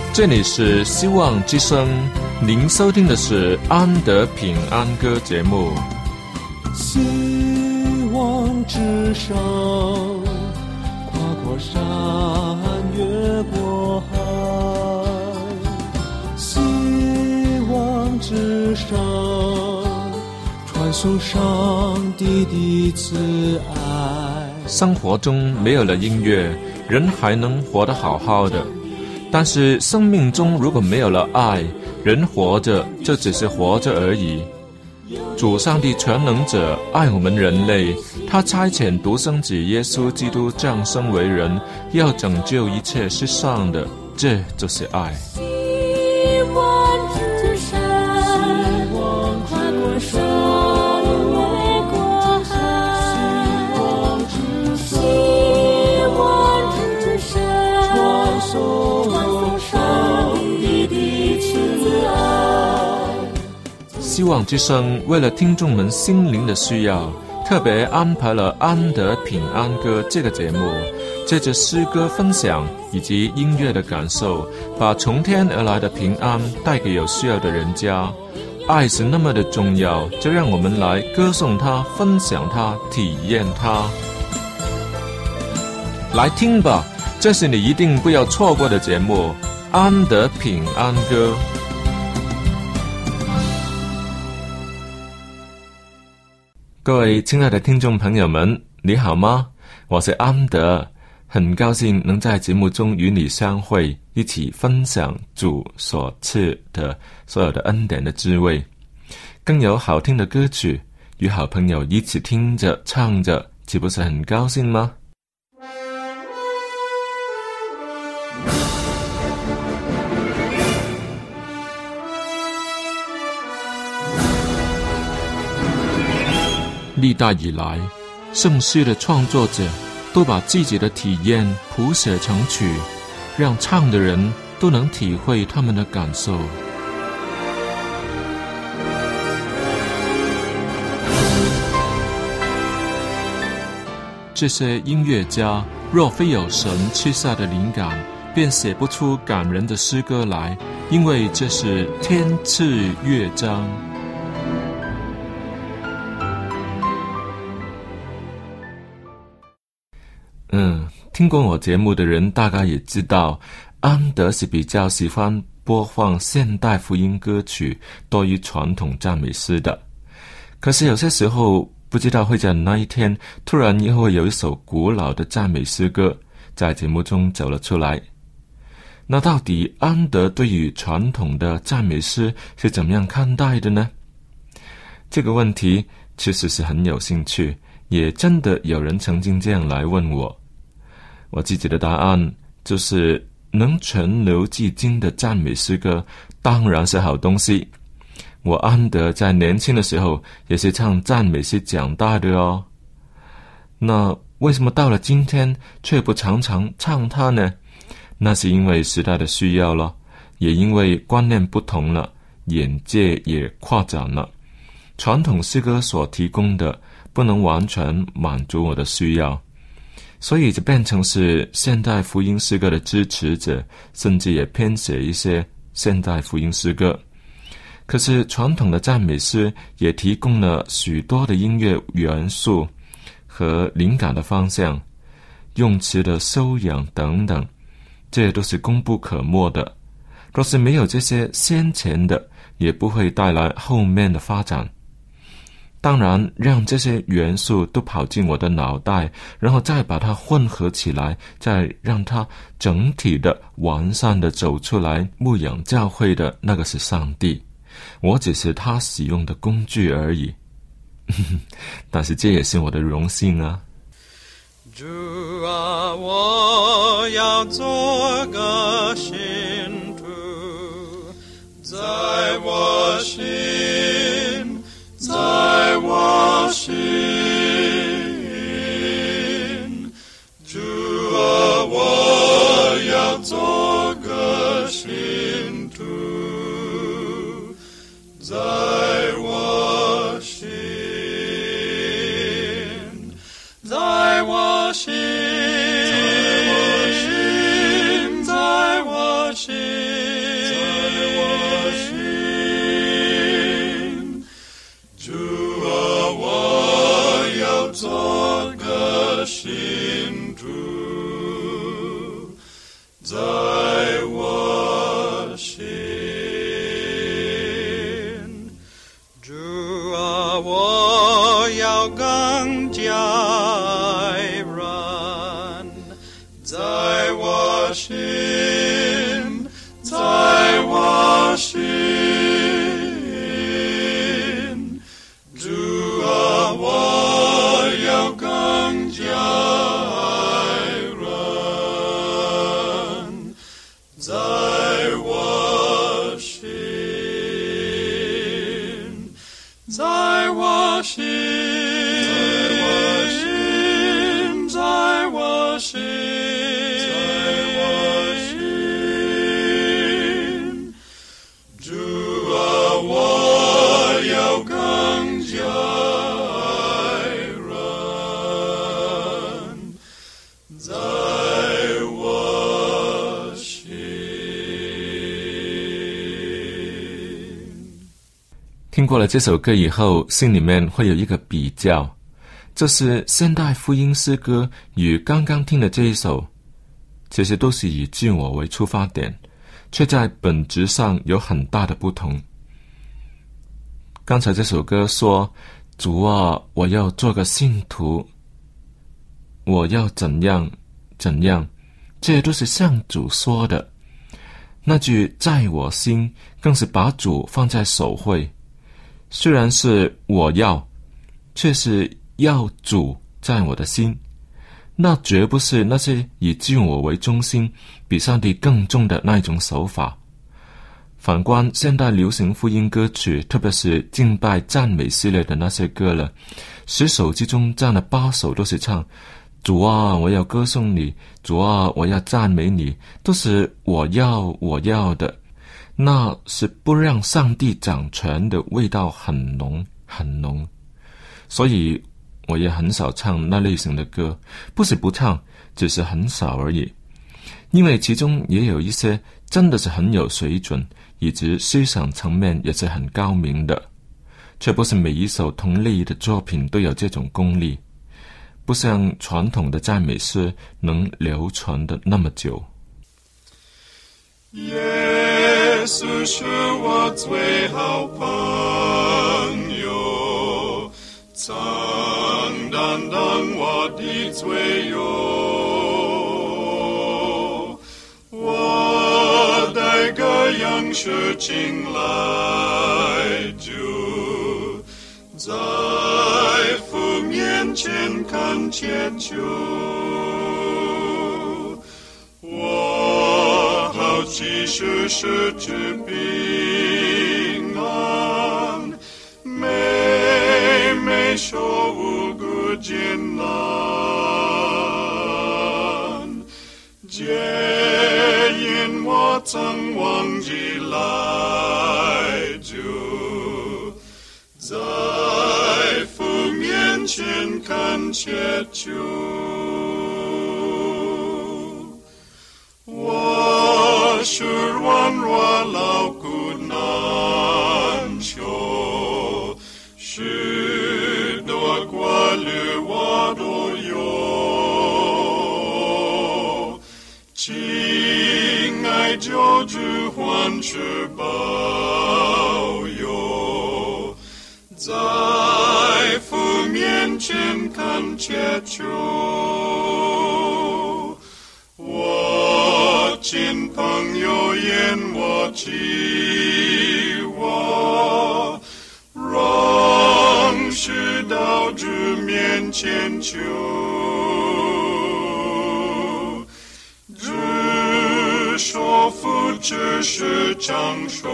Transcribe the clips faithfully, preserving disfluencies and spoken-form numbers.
这里是希望之声，您收听的是安德平安歌节目。 希望之声，跨过山，越过海。希望之声，传送上帝的慈爱。 生活中没有了音乐，人还能活得好好的。但是生命中如果没有了爱，人活着就只是活着而已。主上帝全能者爱我们人类，他差遣独生子耶稣基督降生为人，要拯救一切世上的，这就是爱。 希望之声，跨过山，越过海。希望之声，传送上帝的慈爱。 希望之声为了听众们心灵的需要，特别安排了安德平安歌这个节目，借着诗歌分享以及音乐的感受，把从天而来的平安带给有需要的人家。爱是那么的重要，就让我们来歌颂它，分享它，体验它。来听吧，这是你一定不要错过的节目，安德平安歌。各位亲爱的听众朋友们，你好吗？我是安德，很高兴能在节目中与你相会，一起分享主所赐的所有的恩典的滋味，更有好听的歌曲，与好朋友一起听着唱着，岂不是很高兴吗？历代以来，圣诗的创作者都把自己的体验谱写成曲，让唱的人都能体会他们的感受。这些音乐家若非有神赐下的灵感，便写不出感人的诗歌来，因为这是天赐乐章。嗯，听过我节目的人大概也知道，安德是比较喜欢播放现代福音歌曲多于传统赞美诗的。可是有些时候不知道会在那一天突然又会有一首古老的赞美诗歌在节目中走了出来。那到底安德对于传统的赞美诗是怎么样看待的呢？这个问题其实是很有兴趣，也真的有人曾经这样来问我。我自己的答案就是能存留至今的赞美诗歌当然是好东西。我安德在年轻的时候也是唱赞美诗长大的哦。那为什么到了今天却不常常唱它呢？那是因为时代的需要了，也因为观念不同了，眼界也扩展了。传统诗歌所提供的不能完全满足我的需要，所以就变成是现代福音诗歌的支持者，甚至也编写一些现代福音诗歌。可是传统的赞美诗也提供了许多的音乐元素和灵感的方向，用词的修养等等，这都是功不可没的。若是没有这些先前的，也不会带来后面的发展。当然，让这些元素都跑进我的脑袋，然后再把它混合起来，再让它整体的完善的走出来，牧养教会的那个是上帝，我只是他使用的工具而已。但是这也是我的荣幸啊。 主啊，我要做个信徒，在我心，在我心，主啊，我要做个信徒，在我心，在我心，在我心， 在我心。主啊，我要更加爱人，在我心，在我心。主啊，我要更加爱人，在我心，在我心，在我心，在我心。主啊，我要更加爱人，在我心。 听过了这首歌以后，心里面会有一个比较，这是现代福音诗歌与刚刚听的这一首，其实都是以自我为出发点，却在本质上有很大的不同。刚才这首歌说，主啊，我要做个信徒，我要怎样怎样，这些都是向主说的。那句在我心更是把主放在首位，虽然是我要，却是要主在我的心，那绝不是那些以自我为中心比上帝更重的那一种手法。反观现代流行福音歌曲，特别是敬拜赞美系列的那些歌了，十首之中占了八首都是唱主啊，我要歌颂你，主啊，我要赞美你，都是我要我要的，那是不让上帝掌权的味道很浓很浓。所以我也很少唱那类型的歌，不是不唱，只是很少而已。因为其中也有一些真的是很有水准，以及思想层面也是很高明的，却不是每一首同类的作品都有这种功力，不像传统的赞美诗能流传的那么久。 耶稣是我最好朋友，曾担当我的罪忧。我带个样式进来，就在父面前恳切求。我好几时失去平安，每每受无辜艰难，皆因我曾忘记来就在父面前恳切求。我是软弱劳苦难求，许多过虑我都有，亲爱救主还是保佑，在父面前恳切求。我亲朋友言我欺我，仍是到主面前求，主说福只是长寿，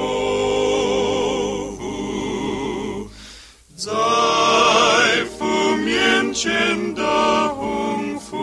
在父面前的鸿福。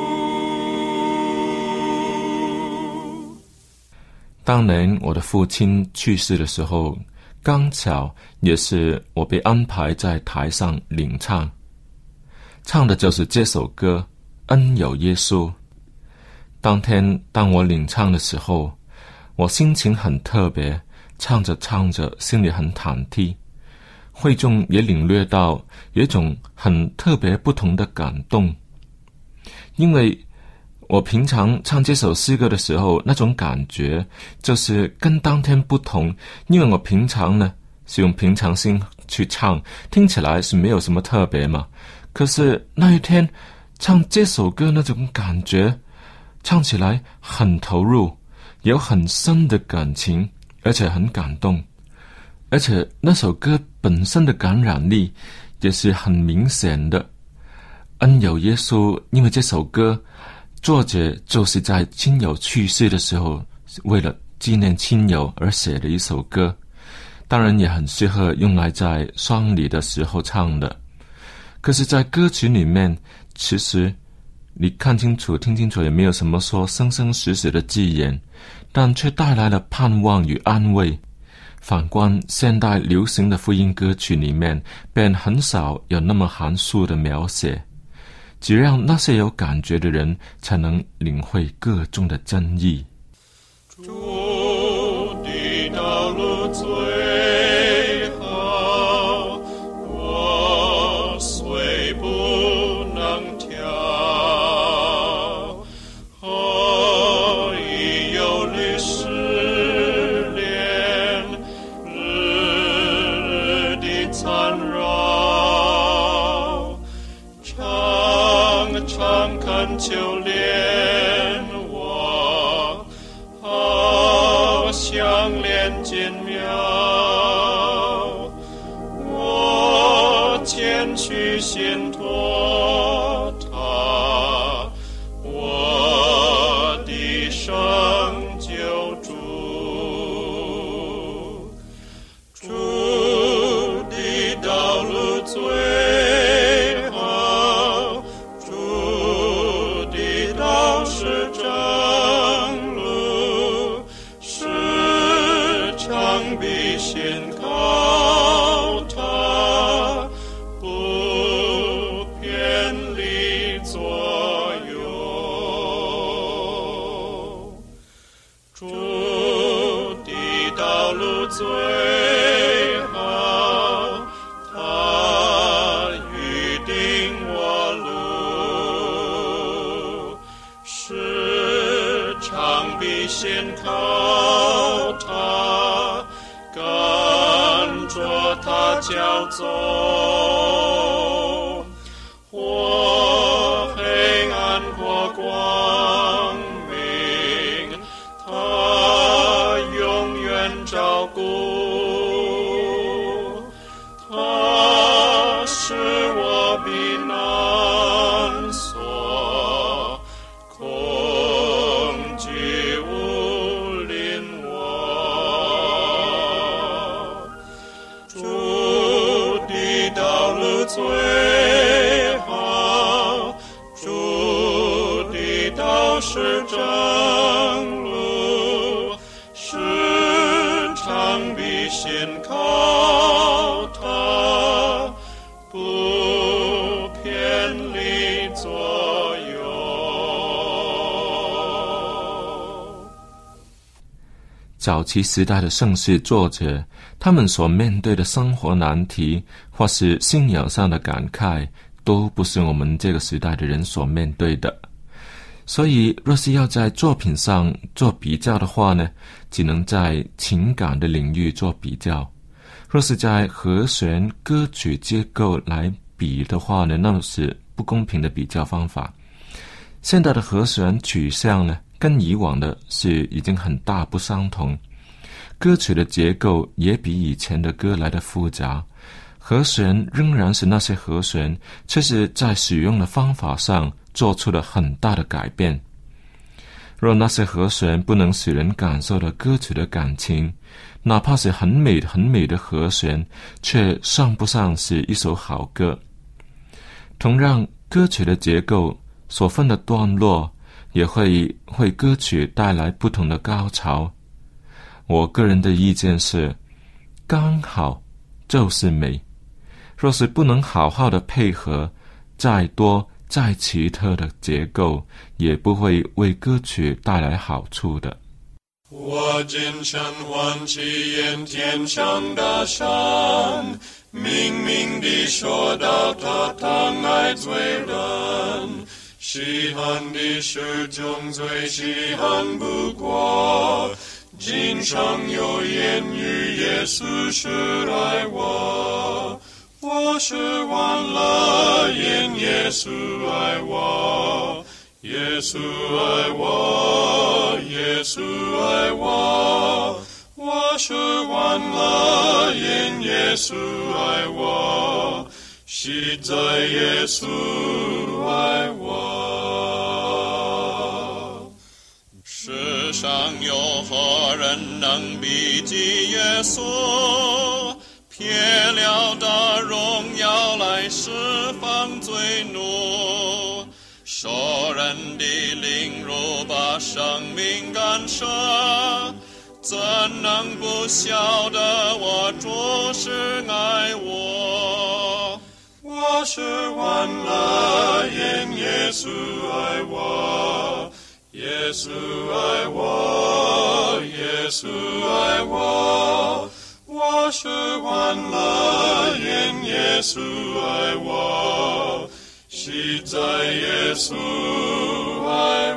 当年我的父亲去世的时候，刚巧也是我被安排在台上领唱，唱的就是这首歌《恩有耶稣》。当天当我领唱的时候，我心情很特别，唱着唱着心里很忐忑，会众也领略到有一种很特别不同的感动，因为我平常唱这首诗歌的时候，那种感觉就是跟当天不同，因为我平常呢是用平常心去唱，听起来是没有什么特别嘛。可是那一天唱这首歌，那种感觉唱起来很投入，有很深的感情，而且很感动，而且那首歌本身的感染力也是很明显的。恩有耶稣，因为这首歌作者就是在亲友去世的时候，为了纪念亲友而写的一首歌，当然也很适合用来在丧礼的时候唱的。可是在歌曲里面，其实你看清楚听清楚，也没有什么说生生死死的字眼，但却带来了盼望与安慰。反观现代流行的福音歌曲里面，便很少有那么含蓄的描写，只让那些有感觉的人才能领会歌中的真意。 主的道路最好，我虽不能跳，何以有律失恋，日日的缠绕，常常恳求怜我，好像连金苗，我谦虚心托他，我的生救主，主的道路最好，主的道是正路，时常必先靠他，不偏离左右。主的道路最好，他预定我路，时常必先靠他，跟着他脚走，或黑暗或光明，他永远照顾，他是我避难所，恐惧无临我。主的道路最好，主的道是正路，时常必先靠他，不偏离左右。 早期时代的圣诗作者，他们所面对的生活难题或是信仰上的感慨，都不是我们这个时代的人所面对的。所以若是要在作品上做比较的话呢，只能在情感的领域做比较。若是在和弦歌曲结构来比的话呢，那是不公平的比较方法。现代的和弦取向呢，跟以往的是已经很大不相同，歌曲的结构也比以前的歌来的复杂，和弦仍然是那些和弦，却是在使用的方法上做出了很大的改变。若那些和弦不能使人感受到歌曲的感情，哪怕是很美很美的和弦，却算不上是一首好歌。同样，歌曲的结构所分的段落也会为歌曲带来不同的高潮。我个人的意见是，刚好就是美。若是不能好好的配合，再多再奇特的结构，也不会为歌曲带来好处的。 我今晨欢喜眼天上的山，明明地说到他疼爱罪人， 稀罕的事中最稀罕不过，经常有言语，耶稣是爱我，我是忘了因耶稣爱我，耶稣爱我，耶稣爱我，我是忘了因耶稣爱我，是在耶稣爱我。世上有何人能比及耶稣？撇了大荣耀来释放罪怒，受人的凌辱把生命干涉，怎能不晓得我主是爱我？我是忘了因耶稣爱我，耶稣爱我，耶稣爱我，我是忘了因耶稣爱我，是在耶稣爱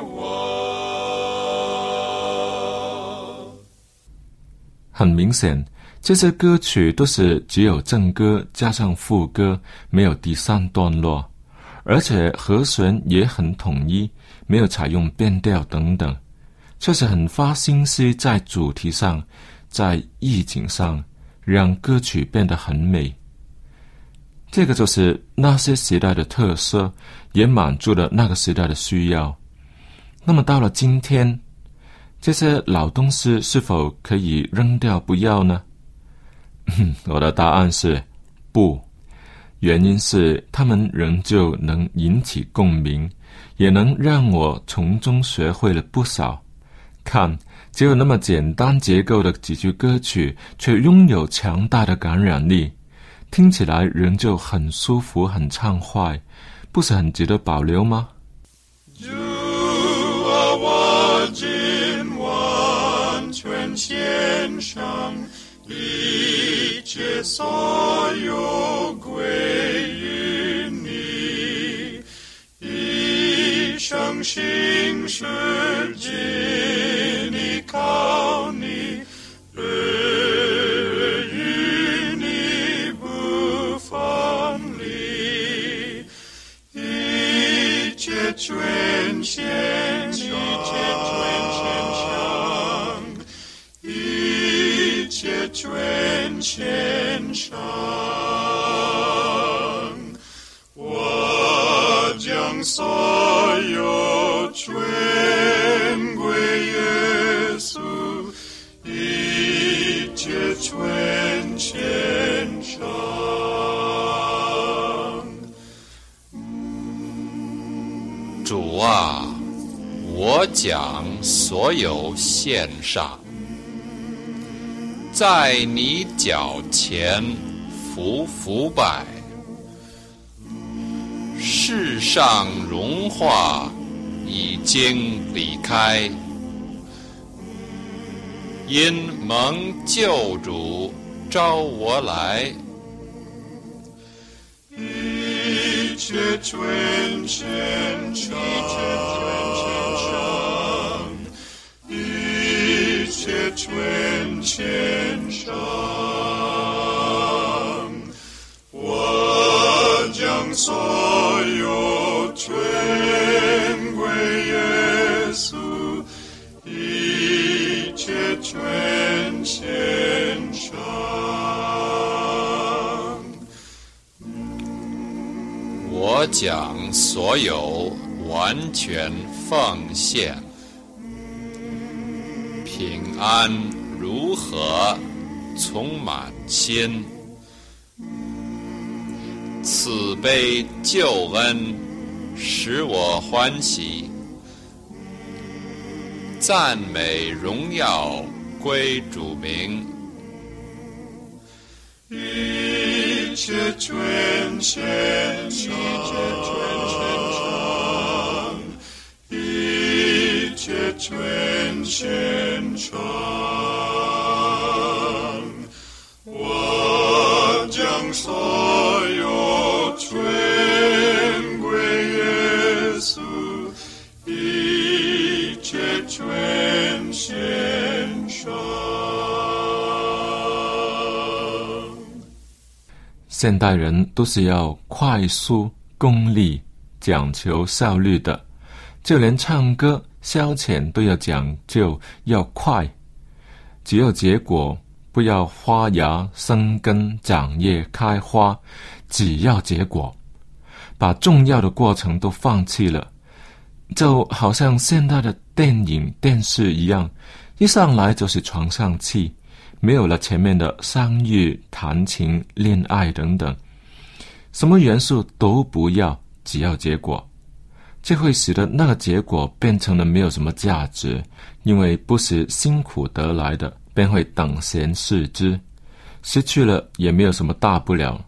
我。 很明显，这些歌曲都是只有正歌加上副歌，没有第三段落，而且和弦也很统一，没有采用变调等等，确实很花心思在主题上，在意境上，让歌曲变得很美。这个就是那些时代的特色，也满足了那个时代的需要。那么到了今天，这些老东西是否可以扔掉不要呢？我的答案是不，原因是他们仍旧能引起共鸣，也能让我从中学会了不少。看，只有那么简单结构的几句歌曲，却拥有强大的感染力，听起来仍旧很舒服很畅快，不是很值得保留吗？ 主啊，我今完全献上，一切所有归于你，一生心世界你靠你，日与你不分离，一切全献，一切全献上，一切全献上，我将所有全归耶稣，一切全献上。 主啊，我将所有献上，在你脚前伏伏拜，世上荣华已经离开，因蒙救主召我来， 一切全献上，一切全献上，我将所有全归耶稣，一切全献上。 我将所有完全奉献，平安如何充满心，慈悲救恩使我欢喜，赞美荣耀归主名， 一切全献上，一切全献上，我将所有全归耶稣。 全献上。 现代人都是要快速、功利、讲求效率的，就连唱歌、消遣都要讲究要快，只要结果，不要花芽、生根、长叶、开花，只要结果，把重要的过程都放弃了，就好像现代的电影、电视一样，一上来就是床上戏，没有了前面的相遇、谈情、恋爱等等，什么元素都不要，只要结果。这会使得那个结果变成了没有什么价值，因为不是辛苦得来的，便会等闲视之，失去了也没有什么大不了。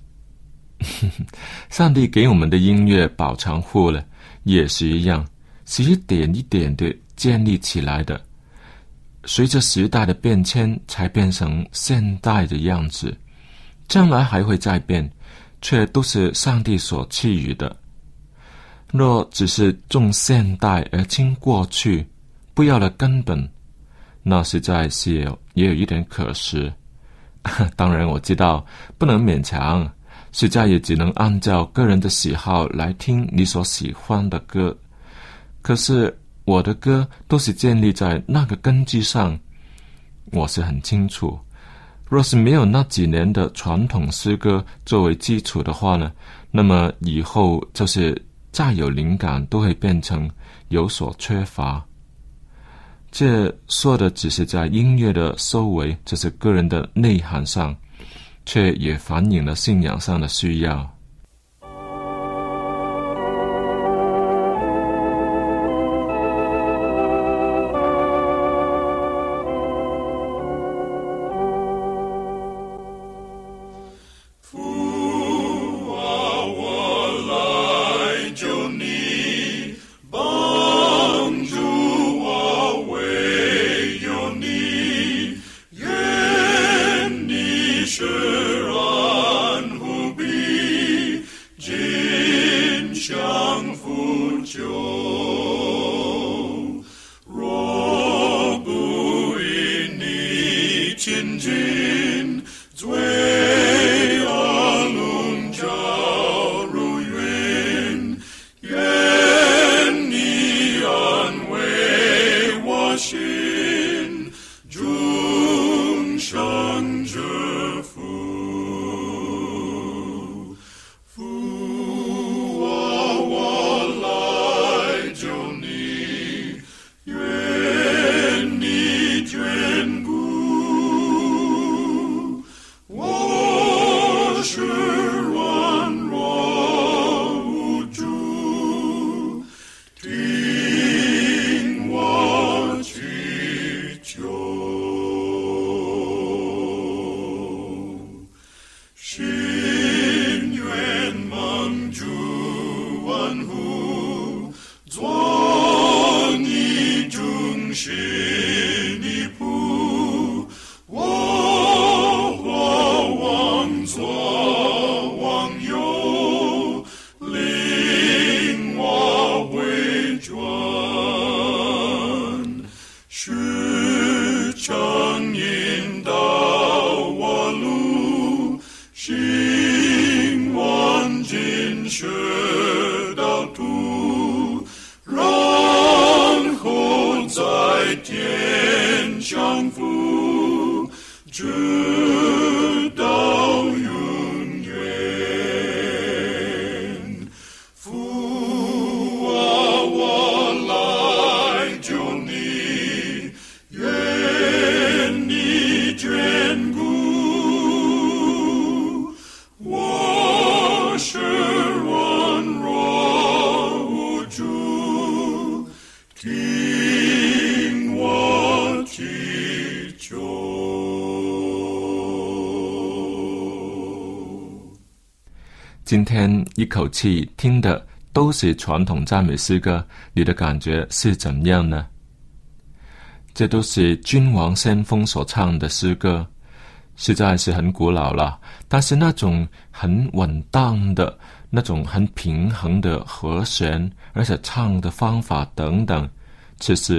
上帝给我们的音乐保藏库了，也是一样，是一点一点的建立起来的，随着时代的变迁才变成现代的样子，将来还会再变，却都是上帝所赐予的。若只是重现代而轻过去，不要了根本，那实在是也有一点可惜。当然我知道不能勉强，实在也只能按照个人的喜好来听你所喜欢的歌，可是我的歌都是建立在那个根基上，我是很清楚，若是没有那几年的传统诗歌作为基础的话呢，那么以后就是再有灵感都会变成有所缺乏。这说的只是在音乐的收尾，这是个人的内涵上，却也反映了信仰上的需要。今天一口气听的都是传统赞美诗歌，你的感觉是怎样呢？这都是君王先锋所唱的诗歌，实在是很古老了，但是那种很稳当的，那种很平衡的和弦，而且唱的方法等等，其实都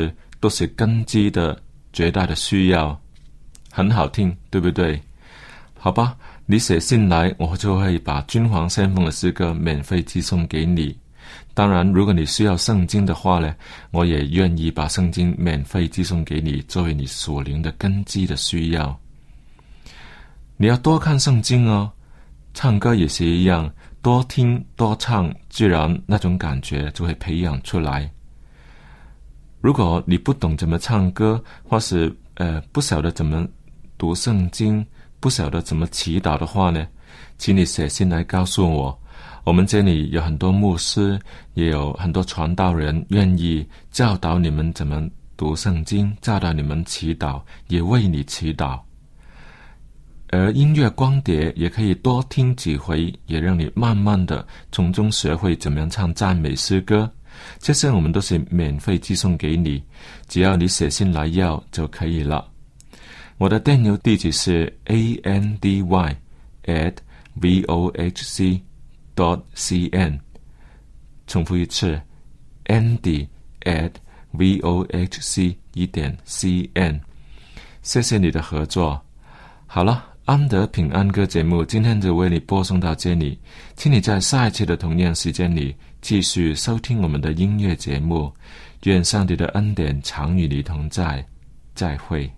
都是根基的绝大的需要。很好听，对不对？好吧，你写信来，我就会把君皇先锋的诗歌免费寄送给你。当然，如果你需要圣经的话呢，我也愿意把圣经免费寄送给你，作为你属灵的根基的需要。你要多看圣经哦，唱歌也是一样，多听多唱，自然那种感觉就会培养出来。如果你不懂怎么唱歌，或是呃不晓得怎么读圣经，不晓得怎么祈祷的话呢，请你写信来告诉我。我们这里有很多牧师，也有很多传道人愿意教导你们怎么读圣经，教导你们祈祷，也为你祈祷。而音乐光碟也可以多听几回，也让你慢慢的从中学会怎么样唱赞美诗歌。这些我们都是免费寄送给你，只要你写信来要就可以了。我的电邮地址是 andy at vohc dot cn， 重复一次 andy at vohc 一点 cn。 谢谢你的合作。好了，安德平安歌节目今天就为你播送到这里，请你在下一期的同样时间里继续收听我们的音乐节目。愿上帝的恩典常与你同在，再会。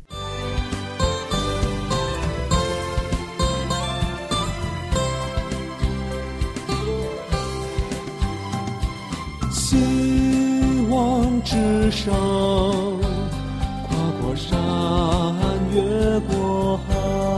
希望之上，跨过山，越过海。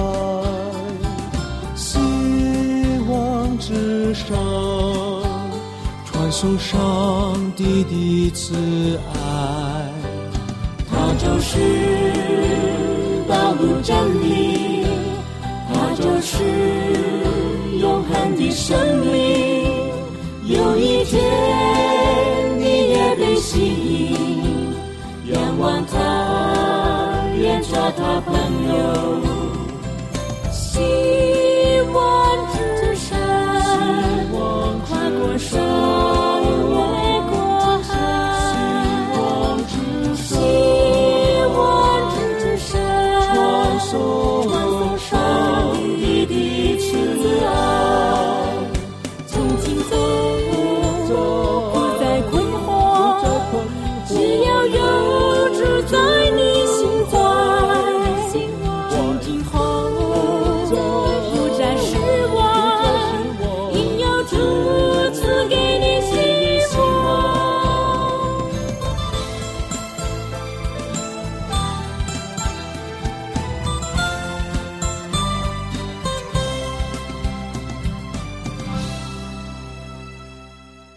希望之上，传送上帝的慈爱。 它就是道路真理，它就是永恒的生命。有一天你也被吸引，仰望他，愿做他朋友。希望之山，跨过山，越过海。希望之山，传送上帝的慈爱。从今走，不再困惑，只要有